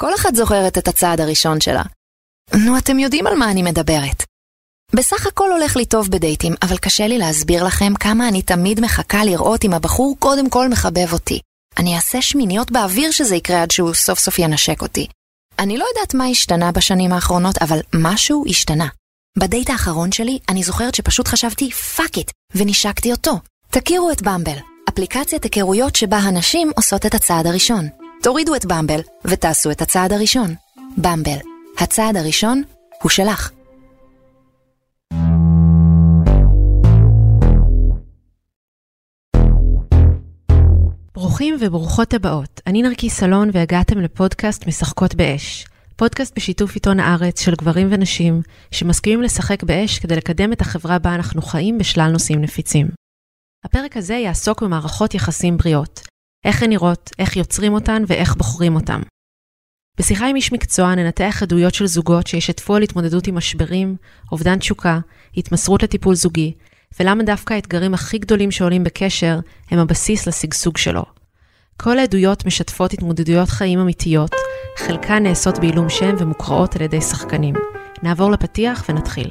כל אחת זוכרת את הצעד הראשון שלה. נו, אתם יודעים על מה אני מדברת. בסך הכל הולך לי טוב בדייטים, אבל קשה לי להסביר לכם כמה אני תמיד מחכה לראות אם הבחור קודם כל מחבב אותי. אני אעשה שמיניות באוויר שזה יקרה עד שהוא סוף סוף ינשק אותי. אני לא יודעת מה השתנה בשנים האחרונות, אבל משהו השתנה. בדייט האחרון שלי אני זוכרת שפשוט חשבתי פאק איט, ונשקתי אותו. תכירו את במבל, אפליקציית היכרויות שבה הנשים עושות את הצעד הראשון. תורידו את במבל ותעשו את הצעד הראשון. במבל, הצעד הראשון הוא שלך. ברוכים וברוכות הבאות. אני נרקי סלון והגעתם לפודקאסט משחקות באש. פודקאסט בשיתוף עיתון הארץ של גברים ונשים שמסכימים לשחק באש כדי לקדם את החברה בה אנחנו חיים בשלל נושאים נפיצים. הפרק הזה יעסוק במערכות יחסים בריאות. איך הן נראות, איך יוצרים אותן ואיך בוחרים אותן. בשיחה עם איש מקצוע ננתח עדויות של זוגות שישתפו על התמודדות עם משברים, אובדן תשוקה, התמסרות לטיפול זוגי, ולמה דווקא האתגרים הכי גדולים שעולים בקשר הם הבסיס לשגשוג שלו. כל העדויות משתפות התמודדויות חיים אמיתיות, חלקן נעשות בעילום שם ומוקראות על ידי שחקנים. נעבור לפתיח ונתחיל.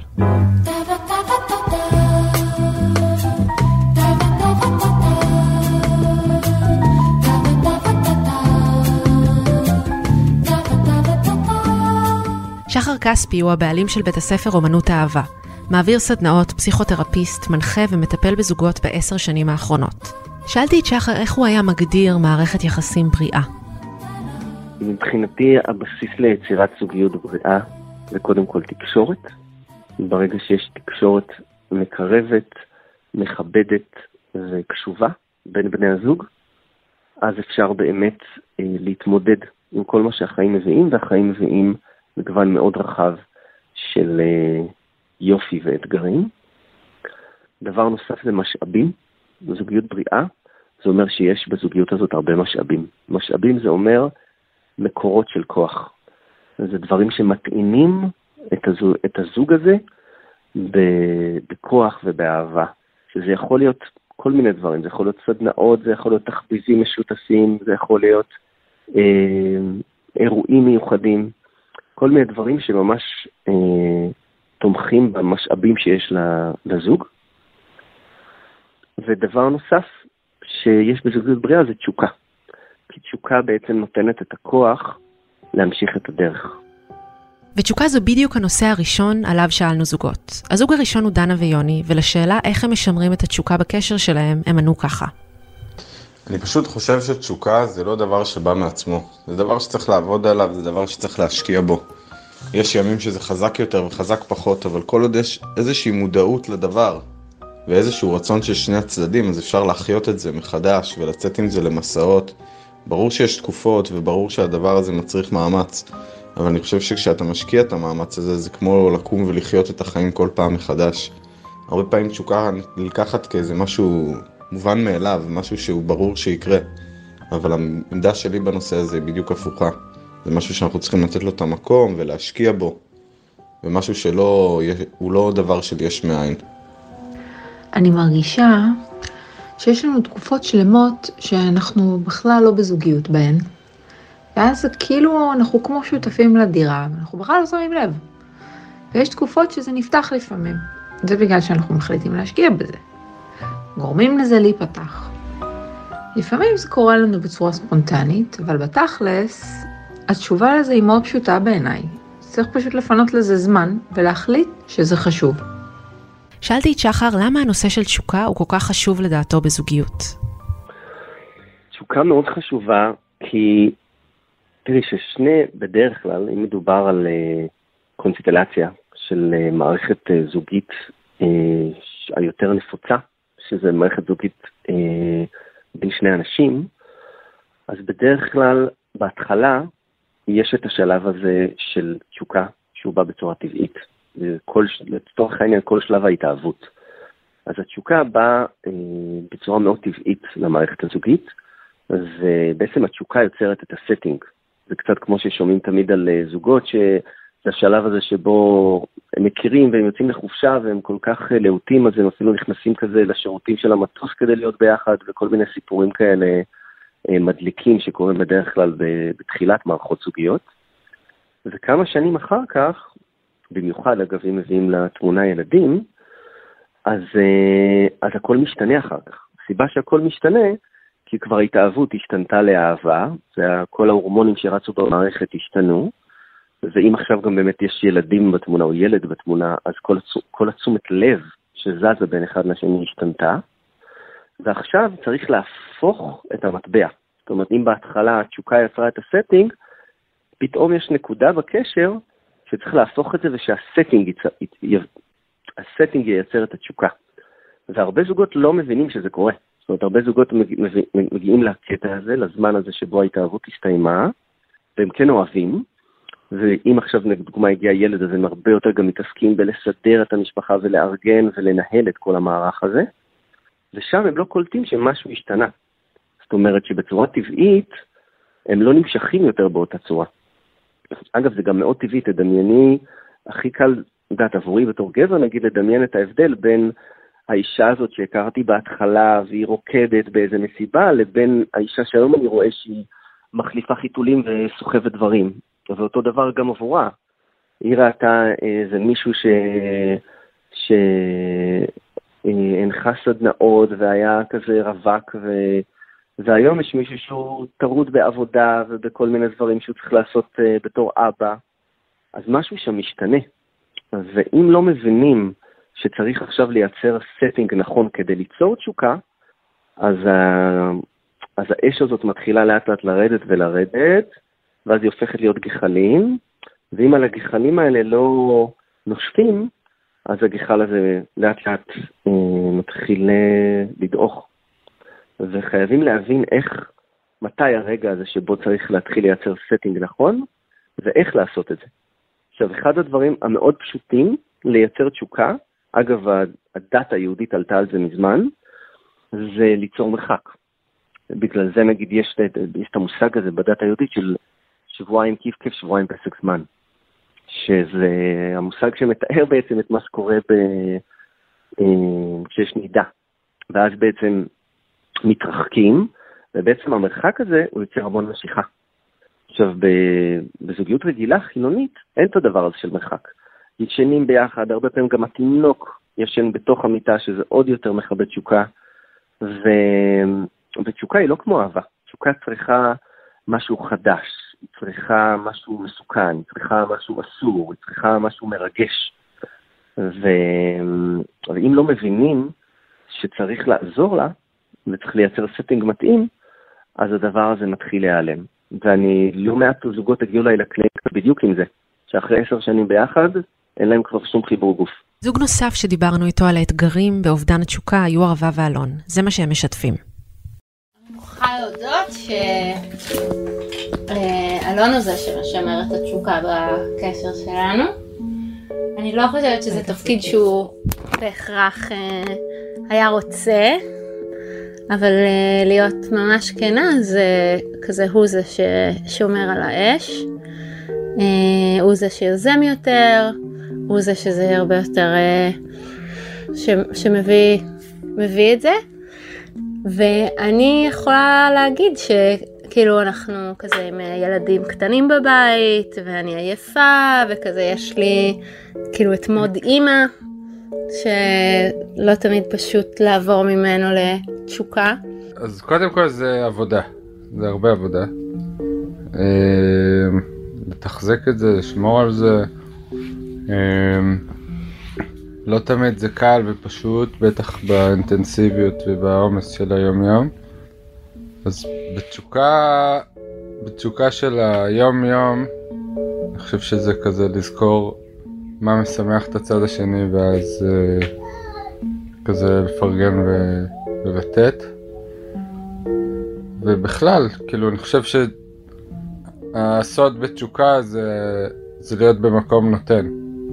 שחר כספי הוא הבעלים של בית הספר אומנות האהבה. מעביר סדנאות, פסיכותרפיסט, מנחה ומטפל בזוגות ב10 שנים האחרונות. שאלתי את שחר איך הוא היה מגדיר מערכת יחסים בריאה. מבחינתי הבסיס ליצירת זוגיות בריאה זה קודם כל תקשורת. ברגע שיש תקשורת מקרבת, מכבדת וקשובה בין בני הזוג, אז אפשר באמת להתמודד עם כל מה שהחיים מביאים, והחיים מביאים מגוון מאוד רחב של יופי ואתגרים. דבר נוסף זה משאבים. בזוגיות בריאה זה אומר שיש בזוגיות הזאת הרבה משאבים. משאבים זה אומר מקורות של כוח. זה דברים שמתאימים את הזוג הזה בכוח ובאהבה. שזה יכול להיות כל מיני דברים. זה יכול להיות סדנאות, זה יכול להיות תחביבים משותפים, זה יכול להיות אירועים מיוחדים. כל מיני דברים שממש תומכים במשאבים שיש לזוג. ודבר נוסף שיש בזוגיות בריאה זה תשוקה. כי תשוקה בעצם נותנת את הכוח להמשיך את הדרך. ותשוקה זו בדיוק הנושא הראשון עליו שאלנו זוגות. הזוג הראשון הוא דנה ויוני, ולשאלה איך הם משמרים את התשוקה בקשר שלהם, הם ענו ככה. אני פשוט חושב שתשוקה זה לא דבר שבא מעצמו. זה דבר שצריך לעבוד עליו, זה דבר שצריך להשקיע בו. יש ימים שזה חזק יותר וחזק פחות, אבל כל עוד יש איזושהי מודעות לדבר, ואיזשהו רצון של שני הצדדים, אז אפשר להחיות את זה מחדש ולצאת עם זה למסעות. ברור שיש תקופות וברור שהדבר הזה מצריך מאמץ, אבל אני חושב שכשאתה משקיע את המאמץ הזה, זה כמו לקום ולחיות את החיים כל פעם מחדש. הרבה פעמים תשוקה נלקחת כאיזה משהו מובן מאליו, משהו שהוא ברור שיקרה, אבל העמדה שלי בנושא הזה היא בדיוק הפוכה. זה משהו שאנחנו צריכים לתת לו את המקום ולהשקיע בו, ומשהו הוא לא דבר של יש מאין. אני מרגישה שיש לנו תקופות שלמות שאנחנו בכלל לא בזוגיות בהן, ואז כאילו אנחנו כמו שותפים לדירה, ואנחנו בכלל לא שמים לב. ויש תקופות שזה נפתח לפעמים. זה בגלל שאנחנו מחליטים להשקיע בזה. גורמים לזה להיפתח. לפעמים זה קורה לנו בצורה ספונטנית, אבל בתכלס התשובה לזה היא מאוד פשוטה בעיניי. צריך פשוט לפנות לזה זמן ולהחליט שזה חשוב. שאלתי את שחר למה הנושא של תשוקה הוא כל כך חשוב לדעתו בזוגיות. תשוקה מאוד חשובה כי תראי ששני בדרך כלל, אם מדובר על קונסטלציה של מערכת זוגית היותר נפוצה, שזה מערכת זוגית בין שני אנשים, אז בדרך כלל בהתחלה יש את השלב הזה של תשוקה שהוא בא בצורה טבעית. לצורך העניין כל שלב ההתאהבות. אז התשוקה באה בצורה מאוד טבעית למערכת הזוגית, ובעצם התשוקה יוצרת את הסטינג. זה קצת כמו ששומעים תמיד על זוגות, שזה השלב הזה שבו הם מכירים והם יוצאים לחופשה והם כל כך להוטים, אז הם אפילו נכנסים כזה לשירותים של המטוס כדי להיות ביחד, וכל מיני סיפורים כאלה מדליקים שקורים בדרך כלל בתחילת מערכות זוגיות. וכמה שנים אחר כך, במיוחד אגב אם מביאים לתמונה ילדים, אז הכל משתנה אחר כך. הסיבה שהכל משתנה, כי כבר ההתאהבות השתנתה לאהבה, וכל ההורמונים שרצו במערכת השתנו, ואם עכשיו גם באמת יש ילדים בתמונה או ילד בתמונה, אז כל התשומת לב שזזה בין אחד לשני השתנתה, ועכשיו צריך להפוך את המטבע. זאת אומרת, אם בהתחלה התשוקה יצרה את הסטינג, פתאום יש נקודה בקשר שצריך להפוך את זה ושהסטינג ייצר את התשוקה. והרבה זוגות לא מבינים שזה קורה. זאת אומרת, הרבה זוגות מגיעים לקטע הזה, לזמן הזה שבו ההתאהבות הסתיימה, והם כן אוהבים, ואם עכשיו לדוגמה הגיע ילד, אז הם הרבה יותר גם מתעסקים בלסדר את המשפחה ולארגן ולנהל את כל המערך הזה, ושם הם לא קולטים שמשהו השתנה. זאת אומרת שבצורה טבעית, הם לא נמשכים יותר באותה צורה. אגב, זה גם מאוד טבעי, תדמייני, הכי קל, עבורי בתור גבר, נגיד, לדמיין את ההבדל בין האישה הזאת שהכרתי בהתחלה, והיא רוקדת באיזה מסיבה, לבין האישה שהיום אני רואה שהיא מחליפה חיתולים וסוחבת דברים. ואותו דבר גם עבורה. היא ראתה איזה מישהו שהנחה סדנאות, והיה כזה רווק, והיום יש מישהו שהוא טרוד בעבודה, ובכל מיני דברים שהוא צריך לעשות בתור אבא. אז משהו שם משתנה. ואם לא מבינים שצריך עכשיו לייצר סטינג נכון כדי ליצור תשוקה, אז האש הזאת מתחילה לאט לאט לרדת ולרדת, ואז היא הופכת להיות גחלים, ואם על הגחלים האלה לא נושפים, אז הגחל הזה לאט לאט מתחיל לדעוך. וחייבים להבין מתי הרגע הזה שבו צריך להתחיל לייצר סטינג נכון, ואיך לעשות את זה. עכשיו, אחד הדברים המאוד פשוטים לייצר תשוקה, אגב, הדת היהודית עלתה על זה מזמן, זה ליצור מרחק. בגלל זה נגיד יש את המושג הזה בדת היהודית של שבועיים כיף כיף, שבועיים פסק זמן. שזה המושג שמתאר בעצם את מה שקורה כשיש נידה. ואז בעצם מתרחקים, ובעצם המרחק הזה הוא יוצר המון משיכה. עכשיו, בזוגיות רגילה חילונית, אין את הדבר הזה של מרחק. ישנים ביחד, הרבה פעמים גם התינוק ישן בתוך המיטה, שזה עוד יותר מכבד תשוקה. ותשוקה היא לא כמו אהבה. תשוקה צריכה משהו חדש, היא צריכה משהו מסוכן, היא צריכה משהו אסור, היא צריכה משהו מרגש. ואם לא מבינים שצריך לעזור לה, וצריך לייצר סטינג מתאים, אז הדבר הזה מתחיל להיעלם. ואני לא מעט זוגות הגיעו לי לקליניקה בדיוק עם זה, שאחרי 10 שנים ביחד, אין להם כבר שום חיבור גוף. זוג נוסף שדיברנו איתו על האתגרים באובדן התשוקה היו ערבה ואלון. זה מה שהם משתפים. אני מוכרחה להודות שאלון הוא זה שמשמר את התשוקה בקשר שלנו. אני לא חושבת שזה תפקיד שהוא בהכרח היה רוצה, אבל להיות ממש כנה, זה כזה הוא זה ששומר על האש, הוא זה שיוזם יותר, הוא זה שזה הרבה יותר שמביא את זה. ואני יכולה להגיד שכאילו אנחנו כזה עם ילדים קטנים בבית, ואני עייפה, וכזה יש לי כאילו את מוד אימא, שלא תמיד פשוט לעבור ממנו לתשוקה. אז קודם כל זה עבודה, זה הרבה עבודה. לתחזק את זה, לשמור על זה. לא תמיד זה קל ופשוט, בטח באינטנסיביות ובעומס של היום יום. אז בתשוקה של היום יום, אני חושב שזה כזה לזכור מה משמח את הצד השני, ואז כזה לפרגן ולתת. ובכלל, כאילו אני חושב שהסוד בתשוקה זה להיות במקום נותן.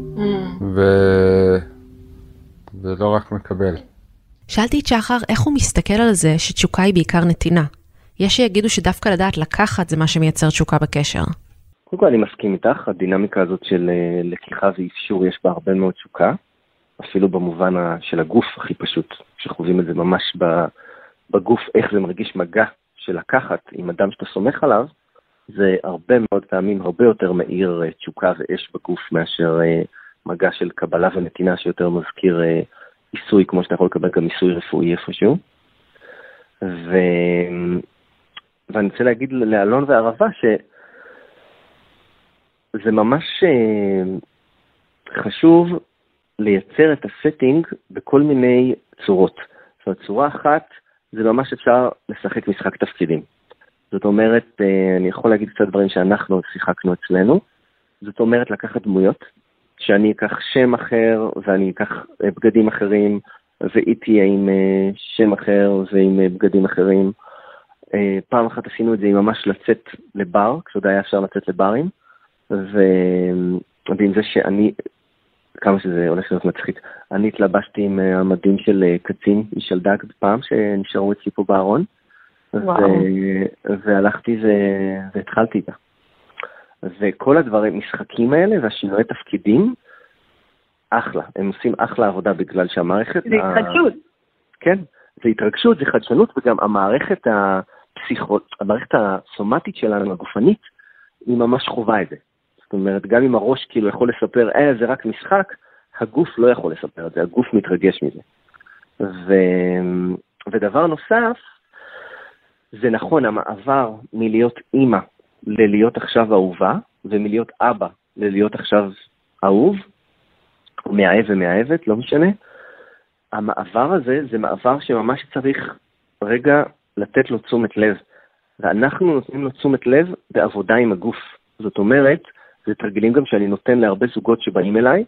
ולא רק מקבל. שאלתי את שחר איך הוא מסתכל על זה שתשוקה היא בעיקר נתינה. יש שיגידו שדווקא לדעת לקחת זה מה שמייצר תשוקה בקשר. קודם כל אני מסכים איתך, הדינמיקה הזאת של לקיחה ואפשור יש בה הרבה מאוד תשוקה, אפילו במובן של הגוף הכי פשוט, שחווים את זה ממש בגוף, איך זה מרגיש מגע של לקחת עם אדם שאתה סומך עליו, זה הרבה מאוד פעמים הרבה יותר מאיר תשוקה ואש בגוף מאשר מגע של קבלה ונתינה שיותר מזכיר עיסוי, כמו שאתה יכול לקבל גם עיסוי רפואי איפשהו. ואני רוצה להגיד לאלון וערבה שזה ממש חשוב לייצר את הסטינג בכל מיני צורות. זאת אומרת, צורה אחת זה ממש אפשר לשחק משחק תפקידים. זאת אומרת, אני יכול להגיד קצת דברים שאנחנו שיחקנו אצלנו. זאת אומרת, לקחת דמויות, שאני אקח שם אחר ואני אקח בגדים אחרים, והיא תהיה עם שם אחר ועם בגדים אחרים. פעם אחת עשינו את זה עם ממש לצאת לבר, כשעוד היה אפשר לצאת לברים, ועם זה שאני, כמה שזה הולך להיות מצחיק, אני התלבשתי עם המדים של קצין משלדג פעם שנשארו אצלי פה בארון, והלכתי והתחלתי איתה. וכל הדברים, משחקים האלה והשינוי תפקידים, אחלה, הם עושים אחלה עבודה בגלל שהמערכת... זה התרגשות. כן, זה התרגשות, זה חדשנות, וגם המערכת המערכת הסומטית שלנו, הגופנית, היא ממש חובה את זה. זאת אומרת, גם אם הראש כאילו יכול לספר, זה רק משחק, הגוף לא יכול לספר את זה, הגוף מתרגש מזה. ודבר נוסף, זה נכון, המעבר מלהיות אימא ללהיות עכשיו אהובה, ומלהיות אבא ללהיות עכשיו אהוב, או מאהב ומאהבת, לא משנה. המעבר הזה זה מעבר שממש צריך רגע לתת לו תשומת לב. ואנחנו נותנים לו תשומת לב בעבודה עם הגוף. זאת אומרת, זה תרגילים גם שאני נותן להרבה זוגות שבאים אליי.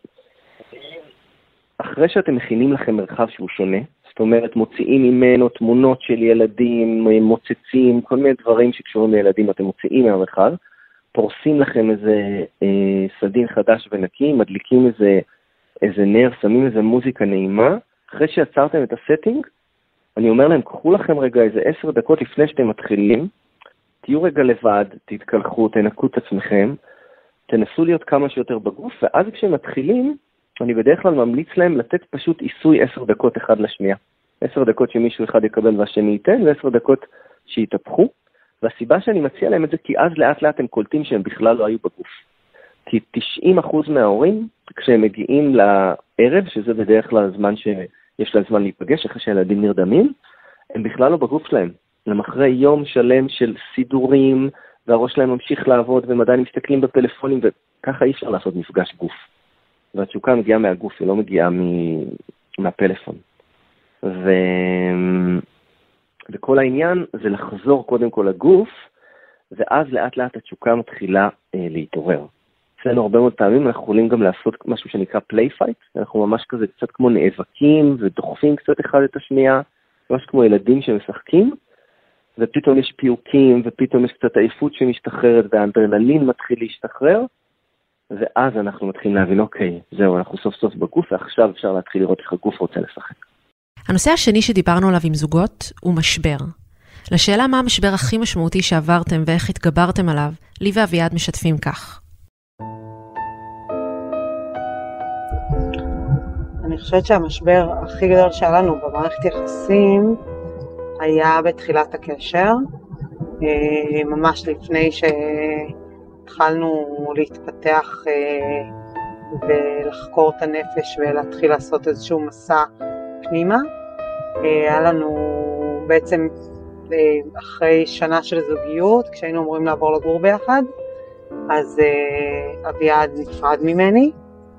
אחרי שאתם מכינים לכם מרחב שהוא שונה, זאת אומרת, מוציאים ממנו תמונות של ילדים, מוצצים, כל מיני דברים שקשורים לילדים, אתם מוציאים מהמרחב, פורסים לכם איזה סדין חדש ונקי, מדליקים איזה נר, שמים איזה מוזיקה נעימה. אחרי שיצרתם את הסטינג, אני אומר להם, קחו לכם רגע איזה 10 דקות לפני שאתם מתחילים, תהיו רגע לבד, תתקלחו, תנקו את עצמכם, תנסו להיות כמה שיותר בגוף, ואז כשהם מתחילים, אני בדרך כלל ממליץ להם לתת פשוט עיסוי 10 דקות אחד לשנייה. 10 דקות שמישהו אחד יקבל והשני ייתן, ו10 דקות שיתהפכו. והסיבה שאני מציע להם את זה, כי אז לאט לאט הם קולטים שהם בכלל לא היו בגוף. כי 90% מההורים, כשהם מגיעים לערב, שזה בדרך כלל הזמן שיש להם זמן להיפגש, אחרי שהילדים נרדמים, הם בכלל לא בגוף שלהם. הם אחרי יום שלם של סידורים, והראש שלהם ממשיך לעבוד, והם עדיין מסתכלים בפלאפונים, וככה אי אפשר לעשות מפגש גוף. והתשוקה מגיעה מהגוף, היא לא מגיעה מהפלאפון. וכל העניין זה לחזור קודם כל לגוף, ואז לאט לאט התשוקה מתחילה להתעורר. אצלנו הרבה מאוד פעמים אנחנו יכולים גם לעשות משהו שנקרא play fight, אנחנו ממש כזה קצת כמו נאבקים ודוחפים קצת אחד את השנייה, ממש כמו ילדים שמשחקים, ופתאום יש פיוקים, ופתאום יש קצת עייפות שמשתחררת, והאנדרנלין מתחיל להשתחרר, ואז אנחנו מתחילים להבין, אוקיי, זהו, אנחנו סוף סוף בגוף, ועכשיו אפשר להתחיל לראות איך הגוף רוצה לשחק. הנושא השני שדיברנו עליו עם זוגות הוא משבר. לשאלה מה המשבר הכי משמעותי שעברתם ואיך התגברתם עליו, לי ואביעד משתפים כך. אני חושבת שהמשבר הכי גדול שלנו במערכת יחסים היה בתחילת הקשר, ממש לפני שהתחלנו להתפתח ולחקור את הנפש ולהתחיל לעשות איזשהו מסע פנימה. היה לנו בעצם אחרי שנה של זוגיות, כשהיינו אמורים לעבור לגור ביחד, אז אביעד נפרד ממני,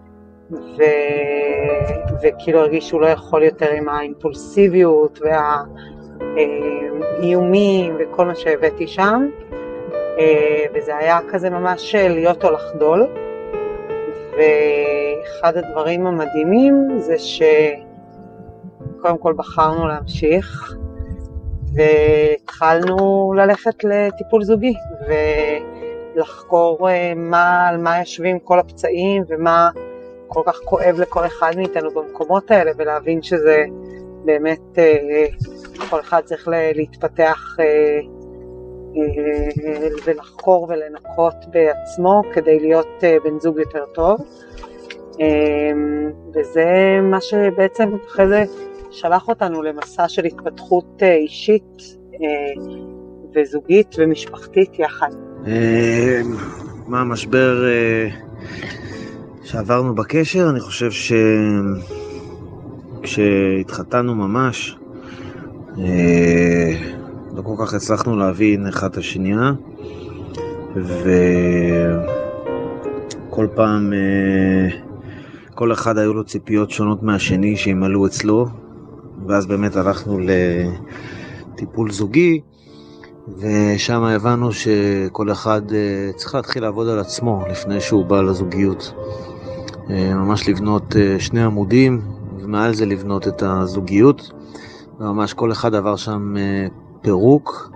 וכאילו הרגיש שהוא לא יכול יותר עם האימפולסיביות והאיומים וכל מה שהבאתי שם, וזה היה כזה ממש להיות או לחדול. ואחד הדברים המדהימים זה שקודם כל בחרנו להמשיך, והתחלנו ללכת לטיפול זוגי ולחקור על מה יושבים כל הפצעים ומה כל כך כואב לכל אחד מאיתנו במקומות האלה, ולהבין שזה באמת כל אחד צריך להתפתח ולחקור ולנקות בעצמו כדי להיות בן זוג יותר טוב. וזה מה שבעצם אחרי זה שלח אותנו למסע של התפתחות אישית וזוגית ומשפחתית יחד. מה המשבר שעברנו בקשר? אני חושב כשהתחתנו ממש, לא כל כך הצלחנו להבין אחד את השנייה, וכל פעם, כל אחד היו לו ציפיות שונות מהשני שימלאו אצלו, ואז באמת הלכנו לטיפול זוגי, ושם הבנו שכל אחד צריך להתחיל לעבוד על עצמו לפני שהוא בא לזוגיות. ממש לבנות שני עמודים, ומעל זה לבנות את הזוגיות. וממש כל אחד עבר שם פירוק,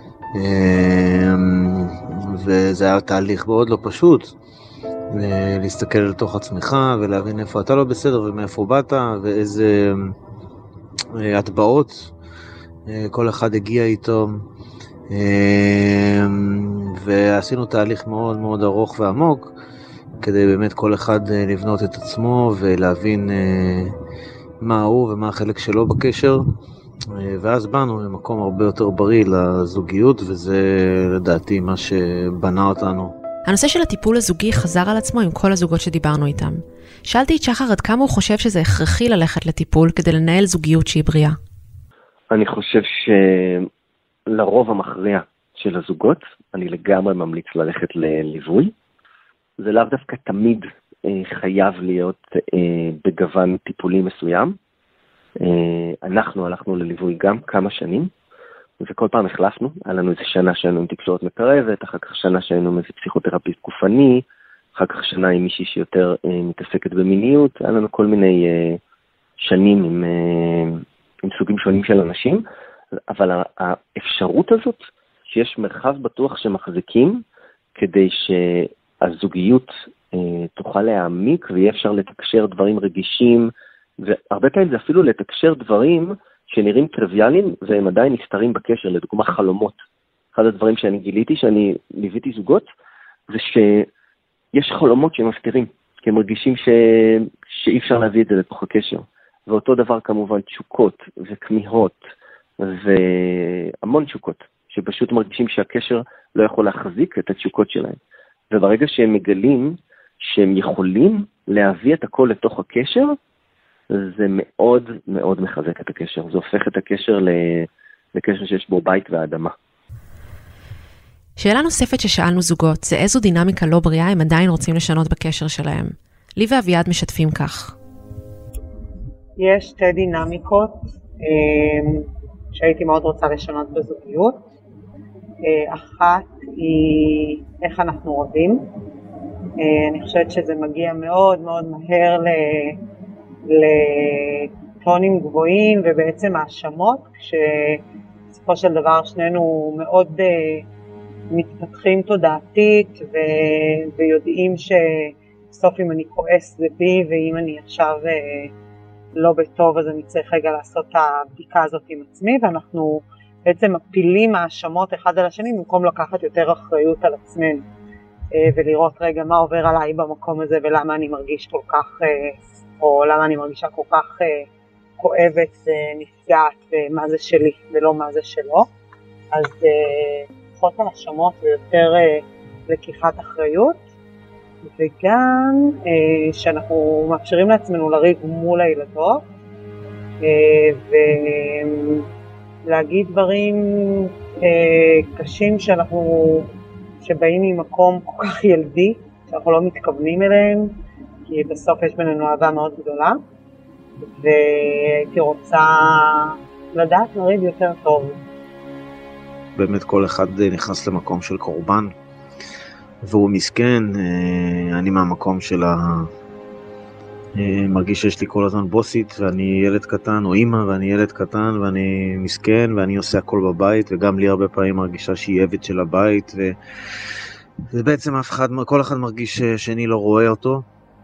וזה היה תהליך מאוד לא פשוט. להסתכל לתוך עצמך ולהבין איפה אתה לא בסדר ומאיפה באת ואיזה הטבעות כל אחד הגיע איתו. ועשינו תהליך מאוד מאוד ארוך ועמוק כדי באמת כל אחד לבנות את עצמו ולהבין מה הוא ומה החלק שלו בקשר, ואז באנו למקום הרבה יותר בריא לזוגיות, וזה לדעתי מה שבנה אותנו. הנושא של הטיפול הזוגי חזר על עצמו עם כל הזוגות שדיברנו איתם. שאלתי את שחר עד כמה הוא חושב שזה הכרחי ללכת לטיפול כדי לנהל זוגיות שהיא בריאה. אני חושב שלרוב המכריע של הזוגות אני לגמרי ממליץ ללכת לליווי. זה לאו דווקא תמיד חייב להיות בגוון טיפולי מסוים. אנחנו הלכנו לליווי גם כמה שנים, וכל פעם החלפנו. היה לנו איזה שנה שהיינו עם תקשורת מקרבת, אחר כך שנה שהיינו עם איזה פסיכותרפיסט גופני, אחר כך שנה עם מישהי שיותר מתעסקת במיניות. היה לנו כל מיני שנים עם סוגים שונים של אנשים, אבל האפשרות הזאת שיש מרחב בטוח שמחזיקים כדי שהזוגיות תוכל להעמיק ויהיה אפשר לתקשר דברים רגישים, והרבה פעמים זה אפילו לתקשר דברים שנראים טריוויאליים והם עדיין נסתרים בקשר, לדוגמה חלומות. אחד הדברים שאני גיליתי, שאני ליוויתי זוגות, זה שיש חלומות שהם מסתירים, כי הם מרגישים שאי אפשר להביא את זה לתוך הקשר. ואותו דבר כמובן תשוקות וכמיהות והמון תשוקות, שפשוט מרגישים שהקשר לא יכול להחזיק את התשוקות שלהם. וברגע שהם מגלים שהם יכולים להביא את הכל לתוך הקשר, זה מאוד מאוד מחזק את הקשר. זה הופך את הקשר לקשר שיש בו בית ואדמה. שאלה נוספת ששאלנו זוגות, זה איזו דינמיקה לא בריאה הם עדיין רוצים לשנות בקשר שלהם. לי ואביעד משתפים כך. יש שתי דינמיקות שהייתי מאוד רוצה לשנות בזוגיות. אחת היא איך אנחנו רבים. אני חושבת שזה מגיע מאוד מאוד מהר לטונים גבוהים ובעצם האשמות, כשסופו של דבר שנינו מאוד מתפתחים תודעתית ויודעים שסוף אם אני כועס זה בי, ואם אני עכשיו לא בטוב אז אני צריך רגע לעשות את הבדיקה הזאת עם עצמי, ואנחנו בעצם מפילים האשמות אחד על השני במקום לקחת יותר אחריות על עצמנו ולראות רגע מה עובר עליי במקום הזה ולמה אני מרגיש כל כך או למה אני מרגישה כל כך כואבת ונפגעת ומה זה שלי ולא מה זה שלו. אז פחות האשמות ויותר לקיחת אחריות, וגם שאנחנו מאפשרים לעצמנו לריב מול הילדות ולהגיד דברים קשים שבאים ממקום כל כך ילדי שאנחנו לא מתכוונים אליהם, כי בסוף יש בינינו אהבה מאוד גדולה, והייתי רוצה לדעת לריב יותר טוב. באמת כל אחד נכנס למקום של קורבן והוא מסכן. אני מהמקום של מרגיש שיש לי כל הזמן בוסית ואני ילד קטן, או אמא ואני ילד קטן ואני מסכן ואני עושה הכל בבית, וגם לי הרבה פעמים מרגישה שהיא עבד של הבית, וזה בעצם כל אחד מרגיש שאני לא רואה אותו.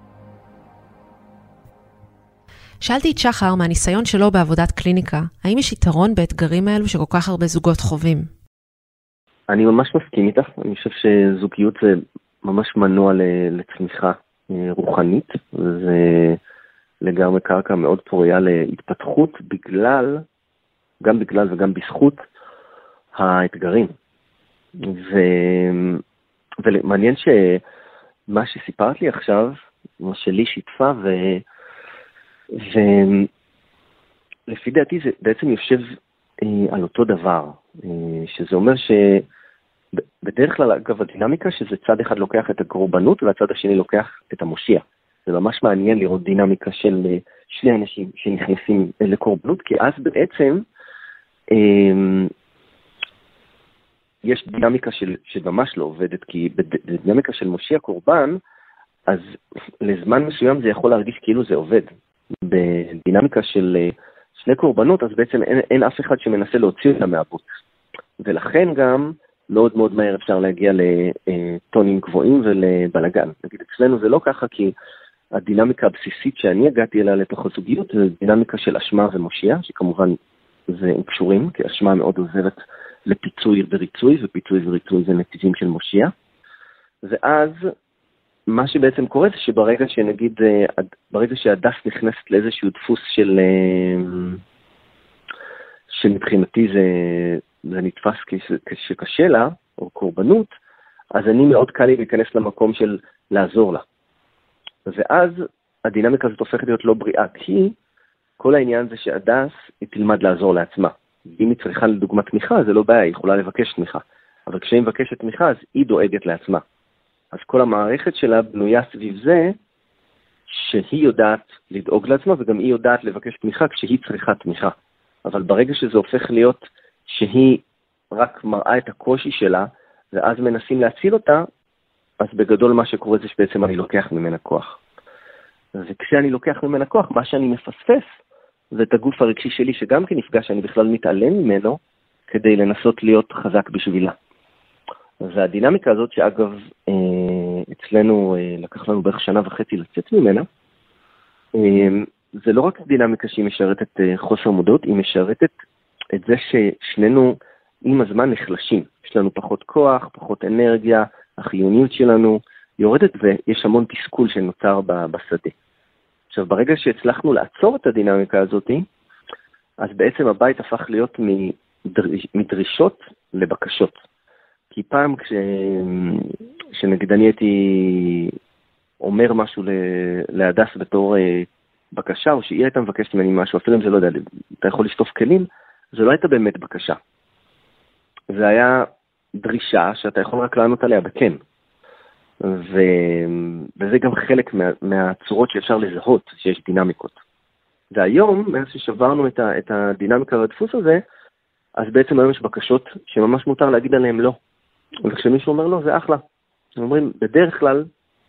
שאלתי את שחר מהניסיון שלו בעבודת קליניקה, האם יש יתרון באתגרים האלו שכל כך הרבה זוגות חווים? אני ממש מסכים איתך. אני חושב שזוגיות זה ממש מנוע לצמיחה רוחנית, וזה לגמרי קרקע מאוד פוריה להתפתחות גם בגלל וגם בזכות האתגרים. ומעניין שמה שסיפרת לי עכשיו, מה שלי שיתפה, ולפי דעתי זה בעצם יושב על אותו דבר, שזה אומר שבדרך כלל, אגב, הדינמיקה שזה צד אחד לוקח את הקורבנות והצד השני לוקח את המושיע. זה ממש מעניין לראות דינמיקה של שני אנשים שנכנסים לקורבנות, כי אז בעצם יש דינמיקה שממש לא עובדת, כי בדינמיקה של מושיע קורבן, אז לזמן מסוים זה יכול להרגיש כאילו זה עובד. בדינמיקה של שני קורבנות, אז בעצם אין אף אחד שמנסה להוציא אותה מהבוט. ולכן גם מאוד מאוד מהר אפשר להגיע לטונים גבוהים ולבלגן. נגיד, אצלנו זה לא ככה, כי הדינמיקה הבסיסית שאני הגעתי אליה לתוך הזוגיות, זה דינמיקה של אשמה ומושיע, שכמובן זה קשורים, כי אשמה מאוד עוזרת לפיצוי וריצוי, ופיצוי וריצוי זה נתיבים של מושיע. ואז מה שבעצם קורה זה שברגע שנגיד, ברגע שהדס נכנסת לאיזשהו דפוס שמבחינתי זה נתפס כשקשה לה, או קורבנות, אז אני מאוד קל לי להיכנס למקום של לעזור לה. ואז הדינמיקה הזאת הופכת להיות לא בריאה, כי כל העניין זה שהדס היא תלמד לעזור לעצמה. אם היא צריכה לדוגמה תמיכה, זה לא בעיה, היא יכולה לבקש תמיכה. אבל כשהיא מבקשת תמיכה, אז היא דואגת לעצמה. אז כל המערכת שלה בנויה סביב זה, שהיא יודעת לדאוג לעצמה, וגם היא יודעת לבקש תמיכה כשהיא צריכה תמיכה. אבל ברגע שזה הופך להיות שהיא רק מראה את הקושי שלה, ואז מנסים להציל אותה, אז בגדול מה שקורה זה שבעצם אני לוקח ממנה כוח. וכשאני לוקח ממנה כוח, מה שאני מפספס, זה את הגוף הרגשי שלי שגם כן נפגש, שאני בכלל מתעלם ממנו, כדי לנסות להיות חזק בשבילה. והדינמיקה הזאת, שאגב, אצלנו לקח לנו בערך 1.5 שנה לצאת ממנה, זה לא רק דינמיקה שהיא משרתת חוסר מודעות, היא משרתת את זה ששנינו עם הזמן נחלשים. יש לנו פחות כוח, פחות אנרגיה, החיוניות שלנו יורדת, ויש המון תסכול שנוצר בשדה. עכשיו, ברגע שהצלחנו לעצור את הדינמיקה הזאת, אז בעצם הבית הפך להיות מדרישות לבקשות. כי פעם כשנגיד אני הייתי אומר משהו להדס בתור בקשה, או שהיא הייתה מבקשת ממני משהו, אפילו אם זה לא יודע, אתה יכול לשטוף כלים, זה לא הייתה באמת בקשה. זה היה דרישה שאתה יכול רק לענות עליה בכן. וזה גם חלק מהצורות שאפשר לזהות שיש דינמיקות. והיום, מאז ששברנו את הדינמיקה והדפוס הזה, אז בעצם היום יש בקשות שממש מותר להגיד עליהם לא. וכשמישהו אומר לא, זה אחלה. הם אומרים, בדרך כלל,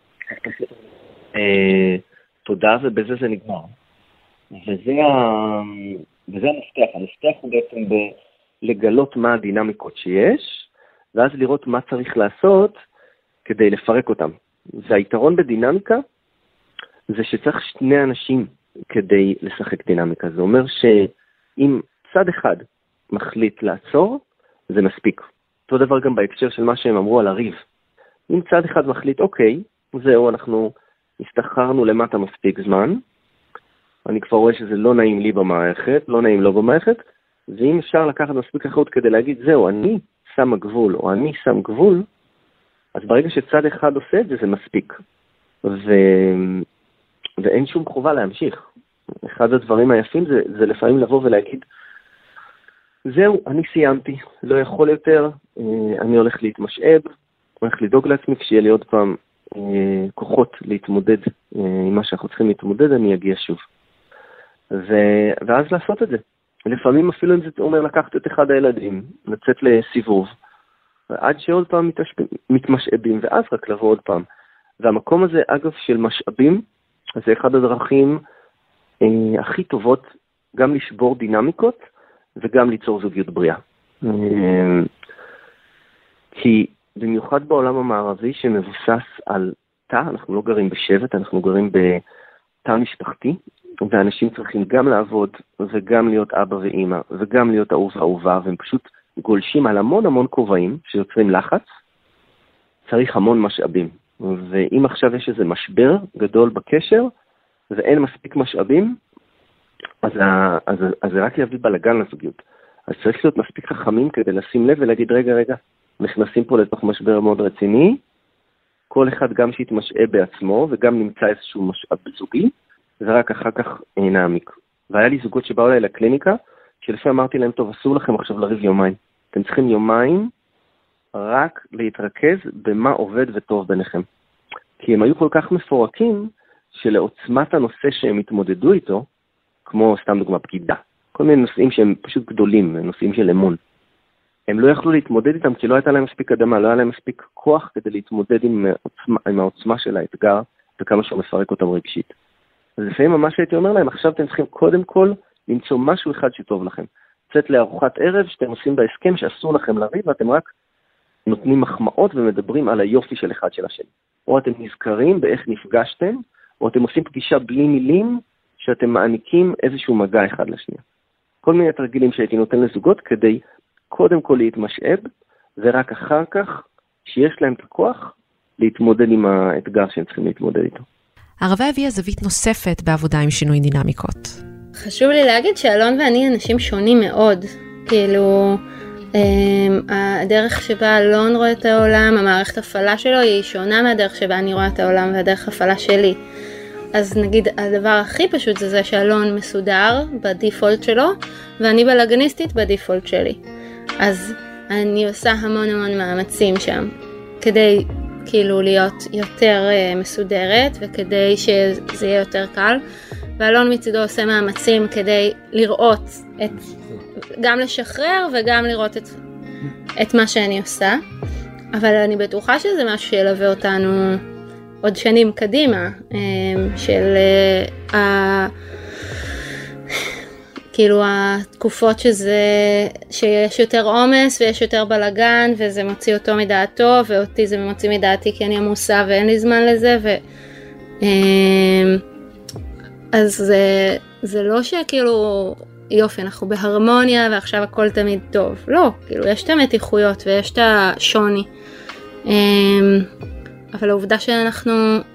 תודה, ובזה זה נגמר. וזה המפתח. המפתח הוא בעצם לגלות מה הדינמיקות שיש, ואז לראות מה צריך לעשות כדי לפרק אותם. והיתרון בדינמיקה זה שצריך שני אנשים כדי לשחק דינמיקה. זה אומר שאם צד אחד מחליט לעצור, זה מספיק. אותו דבר גם בהקשר של מה שהם אמרו על הריב. אם צד אחד מחליט, אוקיי, זהו, אנחנו הסתחררנו למטה מספיק זמן, אני כבר רואה שזה לא נעים לי במערכת, לא נעים לו במערכת, ואם אפשר לקחת מספיק אחרות כדי להגיד, זהו, אני שם הגבול, או אני שם גבול, אז ברגע שצד אחד עושה את זה, זה מספיק. ואין שום חובה להמשיך. אחד הדברים היפים זה לפעמים לבוא ולהגיד, זהו, אני סיימתי, לא יכול יותר, אני הולך להתמשאב, הולך לדאוג לעצמי, כשיהיה לי עוד פעם כוחות להתמודד עם מה שאנחנו צריכים להתמודד, אני אגיע שוב. ואז לעשות את זה. לפעמים אפילו אם זה אומר לקחת את אחד הילדים, לצאת לסיבוב, עד שעוד פעם מתמשאבים, ואז רק לבוא עוד פעם. והמקום הזה, אגב, של משאבים, זה אחד הדרכים הכי טובות, גם לשבור דינמיקות, וגם ליצור זוגיות בריאה. כי במיוחד בעולם המערבי שמבוסס על תא, אנחנו לא גרים בשבט, אנחנו גרים בתא משפחתי, ואנשים צריכים גם לעבוד, וגם להיות אבא ואמא, וגם להיות אהוב ואהובה, והם פשוט גולשים על המון המון כובעים שיוצרים לחץ, צריך המון משאבים. ואם עכשיו יש איזה משבר גדול בקשר, ואין מספיק משאבים, אז זה רק יביא בלגן לזוגיות. אז צריך להיות מספיק חכמים כדי לשים לב ולהגיד, רגע, נכנסים פה לתוך משבר מאוד רציני, כל אחד גם שיתמשעה בעצמו, וגם נמצא איזשהו משאב זוגי, ורק אחר כך נעמיק. והיה לי זוגות שבאו אליי לקליניקה, שלפעמים אמרתי להם, טוב, אסור לכם עכשיו לריב יומיים. אתם צריכים יומיים רק להתרכז במה עובד וטוב ביניכם. כי הם היו כל כך מפורקים, שלעוצמת הנושא שהם התמודדו איתו, כמו סתם דוגמה בגידה, כל מיני נושאים שהם פשוט גדולים, נושאים של אמון. הם לא יכלו להתמודד איתם, כי לא הייתה להם מספיק אדמה, לא היה להם מספיק כוח כדי להתמודד עם העוצמה של האתגר, וכמה שהוא מפרק אותם רגשית. אז לפעמים ממש הייתי אומר להם, עכשיו אתם צריכים קודם כל למצוא משהו אחד שטוב לכם. צאת לארוחת ערב שאתם עושים בהסכם שאסור לכם לריב, ואתם רק נותנים מחמאות ומדברים על היופי של אחד של השני. או אתם נזכרים באיך נפגשתם, או אתם עושים פגישה בלי מילים, שאתם מעניקים איזשהו מגע אחד לשנייה. כל מיני תרגילים שהייתי נותן לזוגות כדי קודם כל להתמשאב, ורק אחר כך שיש להם את הכוח להתמודד עם האתגר שהם צריכים להתמודד איתו. הרבה הביאה זווית נוספת בעבודה עם שינוי דינמיקות. חשוב לי להגיד שאלון ואני אנשים שונים מאוד. כאילו, הדרך שבה אלון רואה את העולם, המערכת הפעלה שלו היא שונה מהדרך שבה אני רואה את העולם והדרך הפעלה שלי. אז נגיד הדבר הכי פשוט זה שאלון מסודר בדיפולט שלו, ואני בלגניסטית בדיפולט שלי. אז אני עושה המון מאמצים שם, כדי כאילו להיות יותר מסודרת, וכדי שזה יהיה יותר קל. ואלון מצידו עושה מאמצים כדי לראות, גם לשחרר וגם לראות את מה שאני עושה. אבל אני בטוחה שזה משהו שילווה אותנו עוד שנים קדימה, של כאילו התקופות שיש יותר עומס ויש יותר בלגן, וזה מוציא אותו מדעתו, ואותי זה מוציא מדעתי כי אני עמוסה ואין לי זמן לזה, אז זה לא שכאילו יופי, אנחנו בהרמוניה ועכשיו הכל תמיד טוב. לא, כאילו יש את המתיחויות ויש את השוני. אבל העובדה שאנחנו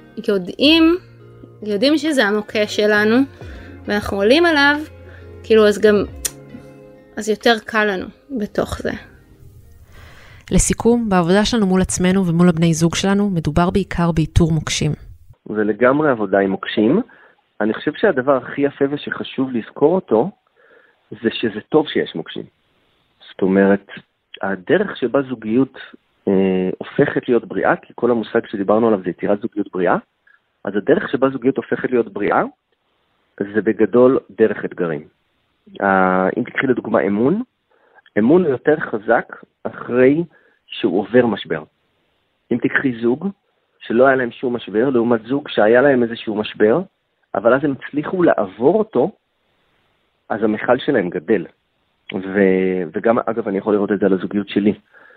יודעים שזה המוקש שלנו, ואנחנו עולים עליו, כאילו אז יותר קל לנו בתוך זה. לסיכום, בעבודה שלנו מול עצמנו ומול הבני זוג שלנו, מדובר בעיקר באיתור מוקשים. זה לגמרי עבודה עם מוקשים. אני חושב שהדבר הכי יפה ושחשוב לזכור אותו, זה שזה טוב שיש מוקשים. זאת אומרת, הדרך שבה זוגיות הופכת להיות בריאה, כי כל המושג שדיברנו עליו זה יצירת זוגיות בריאה, אז הדרך שבה זוגיות הופכת להיות בריאה, זה בגדול דרך אתגרים. אם תקחי לדוגמה אמון הוא יותר חזק אחרי שהוא עובר משבר. אם תקחי זוג שלא היה להם שום משבר, לעומת זוג שהיה להם איזשהו משבר, אבל אז הם הצליחו לעבור אותו, אז המחל שלהם גדל. וגם, אגב, אני יכול לראות את זה על הזוגיות שלי.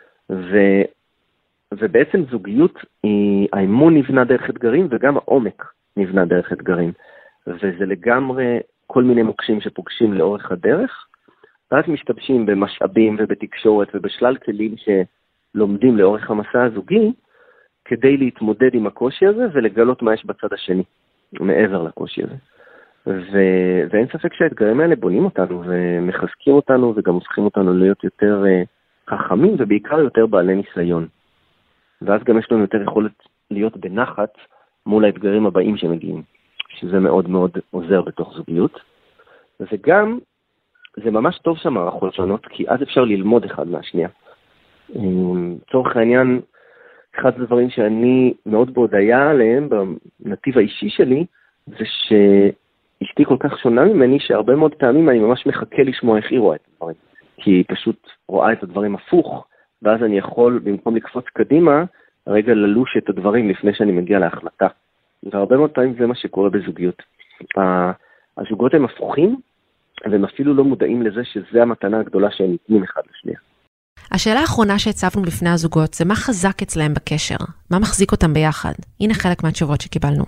ובעצם זוגיות, האמון נבנה דרך אתגרים, וגם העומק נבנה דרך אתגרים. וזה לגמרי כל מיני מוקשים שפוגשים לאורך הדרך, ואז משתמשים במשאבים ובתקשורת ובשלל כלים שלומדים לאורך המסע הזוגי, כדי להתמודד עם הקושי הזה ולגלות מה יש בצד השני, מעבר לקושי הזה. ואין ספק שהאתגרים האלה בונים אותנו ומחזקים אותנו וגם הופכים אותנו להיות יותר חכמים ובעיקר יותר בעלי ניסיון. ואז גם יש לנו יותר יכולת להיות בנחת מול האתגרים הבאים שמגיעים, שזה מאוד מאוד עוזר בתוך זוגיות. וגם זה ממש טוב שהמערכות שונות, כי אז אפשר ללמוד אחד מהשנייה. צורך העניין, אחד הדברים שאני מאוד בהודעה עליהם בנתיב האישי שלי, זה שאשתי כל כך שונה ממני, שהרבה מאוד פעמים אני ממש מחכה לשמוע איך היא רואה את הדברים. כי היא פשוט רואה את הדברים הפוך, ואז אני יכול, במקום לקפוץ קדימה, רגע ללוש את הדברים לפני שאני מגיע להחלטה. והרבה מאוד פעמים זה מה שקורה בזוגיות. הזוגות הם הפוכים, והם אפילו לא מודעים לזה שזה המתנה הגדולה שהם נותנים אחד לשנייה. השאלה האחרונה שהצבנו בפני הזוגות זה מה חזק אצלהם בקשר? מה מחזיק אותם ביחד? הנה חלק מהתשובות שקיבלנו.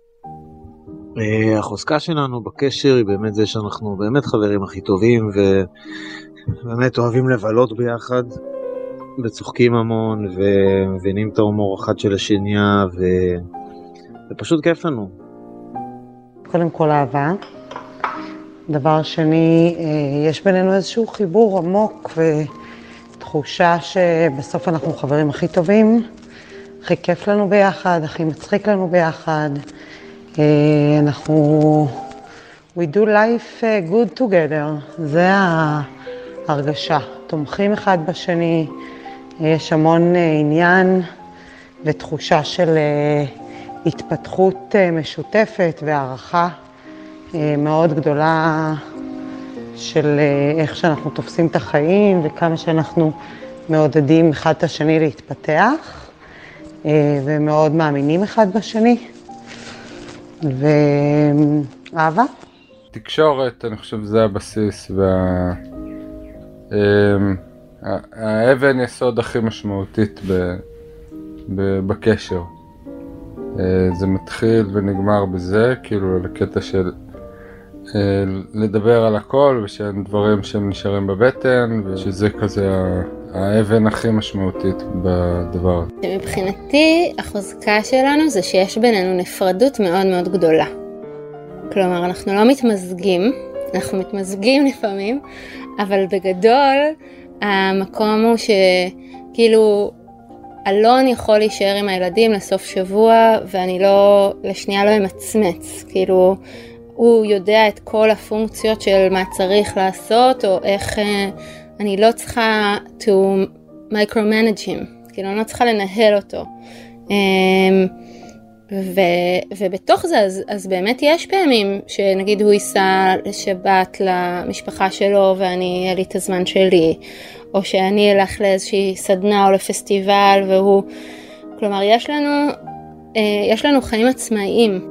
החוזקה שלנו בקשר היא באמת זה שאנחנו באמת חברים הכי טובים ובאמת אוהבים לבלות ביחד וצוחקים המון ומבינים את ההומור אחד של השנייה ופשוט כיף לנו. קודם כל אהבה דבר שני, יש בינינו איזשהו חיבור עמוק ותחושה שבסוף אנחנו חברים הכי טובים, הכי כיף לנו ביחד, הכי מצחיק לנו ביחד. אנחנו we do life good together, זה ההרגשה. תומכים אחד בשני, יש המון עניין ותחושה של התפתחות משותפת והערכה מאוד גדולה של איך שאנחנו תופסים את החיים וכמה שאנחנו מעודדים אחד את השני להתפתח ומאוד מאמינים אחד בשני. ואהבה? תקשורת, אני חושב זה הבסיס האבן יסוד הכי משמעותית בקשר. זה מתחיל ונגמר בזה, כאילו לקטע של לדבר על הכל ושאין דברים שהם נשארים בבטן, ושזה כזה האבן הכי משמעותית בדבר. מבחינתי החוזקה שלנו זה שיש בינינו נפרדות מאוד מאוד גדולה. כלומר אנחנו לא מתמזגים, אנחנו מתמזגים לפעמים, אבל בגדול המקום הוא שכאילו אלון יכול להישאר עם הילדים לסוף שבוע ואני לא, לשנייה לא אמצמץ, כאילו הוא יודע את כל הפונקציות של מה צריך לעשות או איך אני לא צריכה to micromanage him, כאילו אני לא צריכה לנהל אותו. ובתוך זה אז באמת יש פעמים שנגיד הוא ייסע לשבת למשפחה שלו ואני אהיה לי את הזמן שלי, או שאני אלך לאיזושהי סדנה או לפסטיבל והוא, כלומר יש לנו חיים עצמאיים.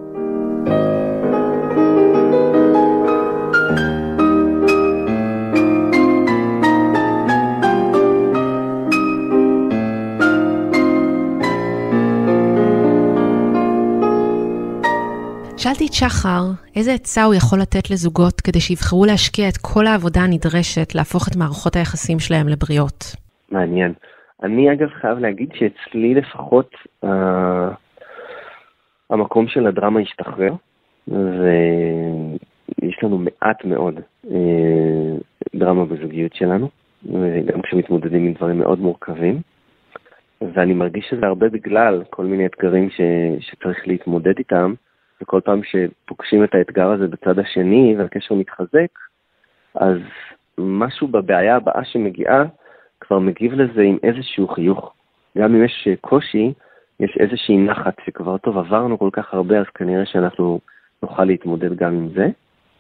שאלתי את שחר, איזה עצה הוא יכול לתת לזוגות כדי שיבחרו להשקיע את כל העבודה הנדרשת להפוך את מערכות היחסים שלהם לבריאות? מעניין. אני אגב חייב להגיד שאצלי לפחות המקום של הדרמה השתחרר, ויש לנו מעט מאוד דרמה בזוגיות שלנו, גם כשמתמודדים עם דברים מאוד מורכבים, ואני מרגיש שזה הרבה בגלל כל מיני אתגרים שצריך להתמודד איתם, וכל פעם שפוגשים את האתגר הזה בצד השני והקשר מתחזק, אז משהו בבעיה הבאה שמגיעה כבר מגיב לזה עם איזשהו חיוך. גם אם יש קושי, יש איזושהי נחת שכבר טוב עברנו כל כך הרבה, אז כנראה שאנחנו נוכל להתמודד גם עם זה.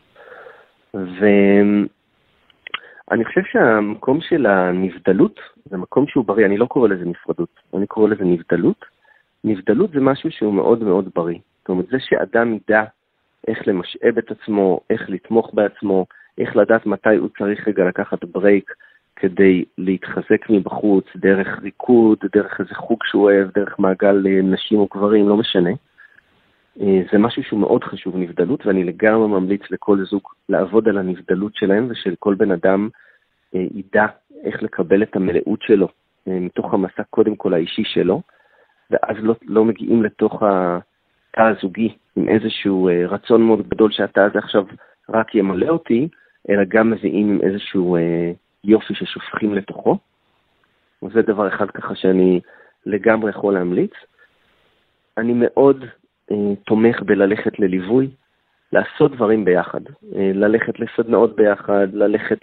ואני חושב שהמקום של הנבדלות זה מקום שהוא בריא, אני לא קורא לזה נפרדות, אני קורא לזה נבדלות. נבדלות זה משהו שהוא מאוד מאוד בריא. זאת אומרת, זה שאדם ידע איך למשאב את עצמו, איך לתמוך בעצמו, איך לדעת מתי הוא צריך רגע לקחת ברייק כדי להתחזק מבחוץ, דרך ריקוד, דרך איזה חוג שהוא אוהב, דרך מעגל נשים או גברים, לא משנה. זה משהו שהוא מאוד חשוב, נבדלות, ואני לגמרי ממליץ לכל זוג לעבוד על הנבדלות שלהם, ושל כל בן אדם ידע איך לקבל את המלאות שלו, מתוך המסע קודם כל האישי שלו, ואז לא מגיעים לתוך התא הזוגי עם איזשהו רצון מאוד גדול שהתא הזה עכשיו רק ימלא אותי, אלא גם מביאים עם איזשהו יופי ששופכים לתוכו. וזה דבר אחד ככה שאני לגמרי יכול להמליץ. אני מאוד תומך בללכת לליווי, לעשות דברים ביחד, ללכת לסדנאות ביחד, ללכת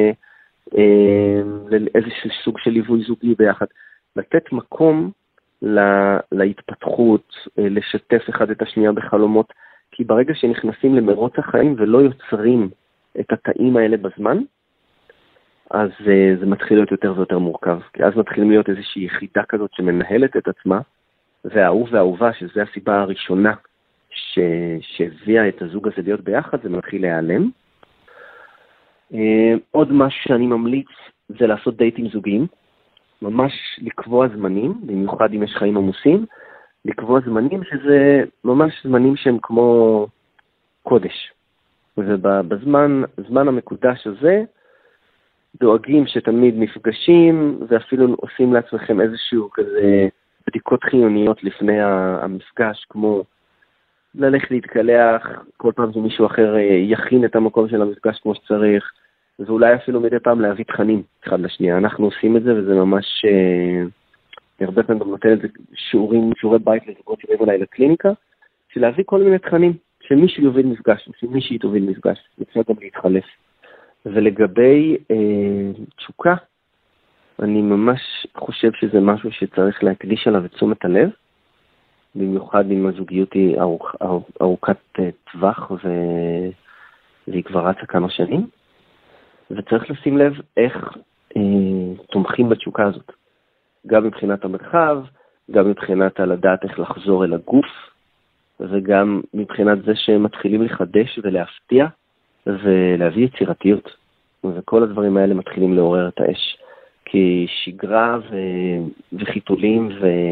לאיזשהו סוג של ליווי זוגי ביחד, לתת מקום להתפתחות, לשתף אחד את השנייה בחלומות, כי ברגע שנכנסים למרוץ החיים ולא יוצרים את התאים האלה בזמן, אז זה מתחיל להיות יותר ויותר מורכב, כי אז מתחילים להיות איזושהי יחידה כזאת שמנהלת את עצמה, והאהוב והאהובה, שזו הסיבה הראשונה שהביאה את הזוג הזה להיות ביחד, זה מתחיל להיעלם. עוד משהו שאני ממליץ זה לעשות דייטים זוגיים, ממש לקבוע זמנים, במיוחד אם יש חיים עמוסים, לקבוע זמנים שזה ממש זמנים שהם כמו קודש. ובזמן המקודש הזה, דואגים שתמיד נפגשים, ואפילו עושים לעצמכם איזשהו כזה בדיקות חיוניות לפני המפגש, כמו ללכת להתקלח, כל פעם שמישהו אחר יכין את המקום של המפגש כמו שצריך, ואולי אפילו מדי פעם להביא תכנים אחד לשנייה. אנחנו עושים את זה, וזה ממש, הרבה פעמים גם נותן את זה שיעורי בית לזוגות שבאים אליי לקליניקה, של להביא כל מיני תכנים, שמישהו יוביל מפגש, שמישהי תוביל מפגש, אפשר גם להתחלף. ולגבי תשוקה, אני ממש חושב שזה משהו שצריך להקדיש עליו את תשומת הלב, במיוחד אם הזוגיות היא ארוכת טווח והיא כבר רצה כמה שנים, וצריך לשים לב איך תומכים בתשוקה הזאת, גם מבחינת המרחב, גם מבחינת לדעת איך לחזור אל הגוף, וגם מבחינת זה שהם מתחילים לחדש ולהפתיע ולהביא יצירתיות, וכל הדברים האלה מתחילים לעורר את האש, כי שגרה וחיתולים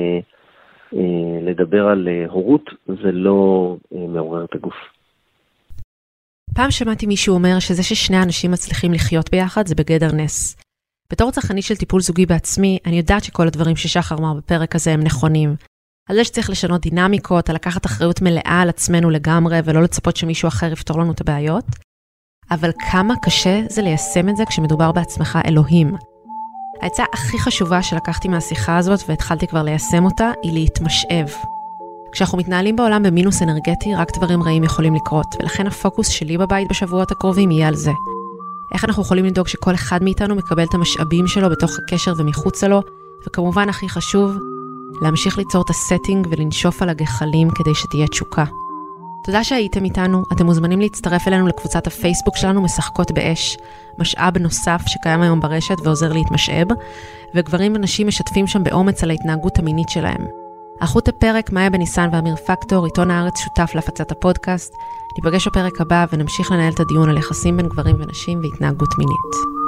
ולדבר על הורות זה לא מעורר את הגוף. פעם שמעתי מישהו אומר שזה ששני אנשים מצליחים לחיות ביחד זה בגדר נס. בתור צרכנית של טיפול זוגי בעצמי, אני יודעת שכל הדברים ששחר אמר בפרק הזה הם נכונים. על זה שצריך לשנות דינמיקות, על לקחת אחריות מלאה על עצמנו לגמרי, ולא לצפות שמישהו אחר יפתור לנו את הבעיות. אבל כמה קשה זה ליישם את זה כשמדובר בעצמך אלוהים. העצה הכי חשובה שלקחתי מהשיחה הזאת והתחלתי כבר ליישם אותה, היא להתמשאב. כשאנחנו מתנהלים בעולם במינוס אנרגטי, רק דברים רעים יכולים לקרות, ולכן הפוקוס שלי בבית בשבועות הקרובים יהיה על זה. איך אנחנו יכולים לדאוג שכל אחד מאיתנו מקבל את המשאבים שלו בתוך הקשר ומחוצה לו, וכמובן הכי חשוב, להמשיך ליצור את הסטינג ולנשוף על הגחלים כדי שתהיה תשוקה. תודה שהייתם איתנו, אתם מוזמנים להצטרף אלינו לקבוצת הפייסבוק שלנו משחקות באש, משאב נוסף שקיים היום ברשת ועוזר להתמשאב, וגברים ונשים משתפים שם באומץ על ההתנהגות המינית שלהם. ערכות הפרק מאיה בניסן ואמיר פקטור, עיתון הארץ שותף להפצת הפודקאסט. ניפגש בפרק הבא ונמשיך לנהל את הדיון על יחסים בין גברים ונשים והתנהגות מינית.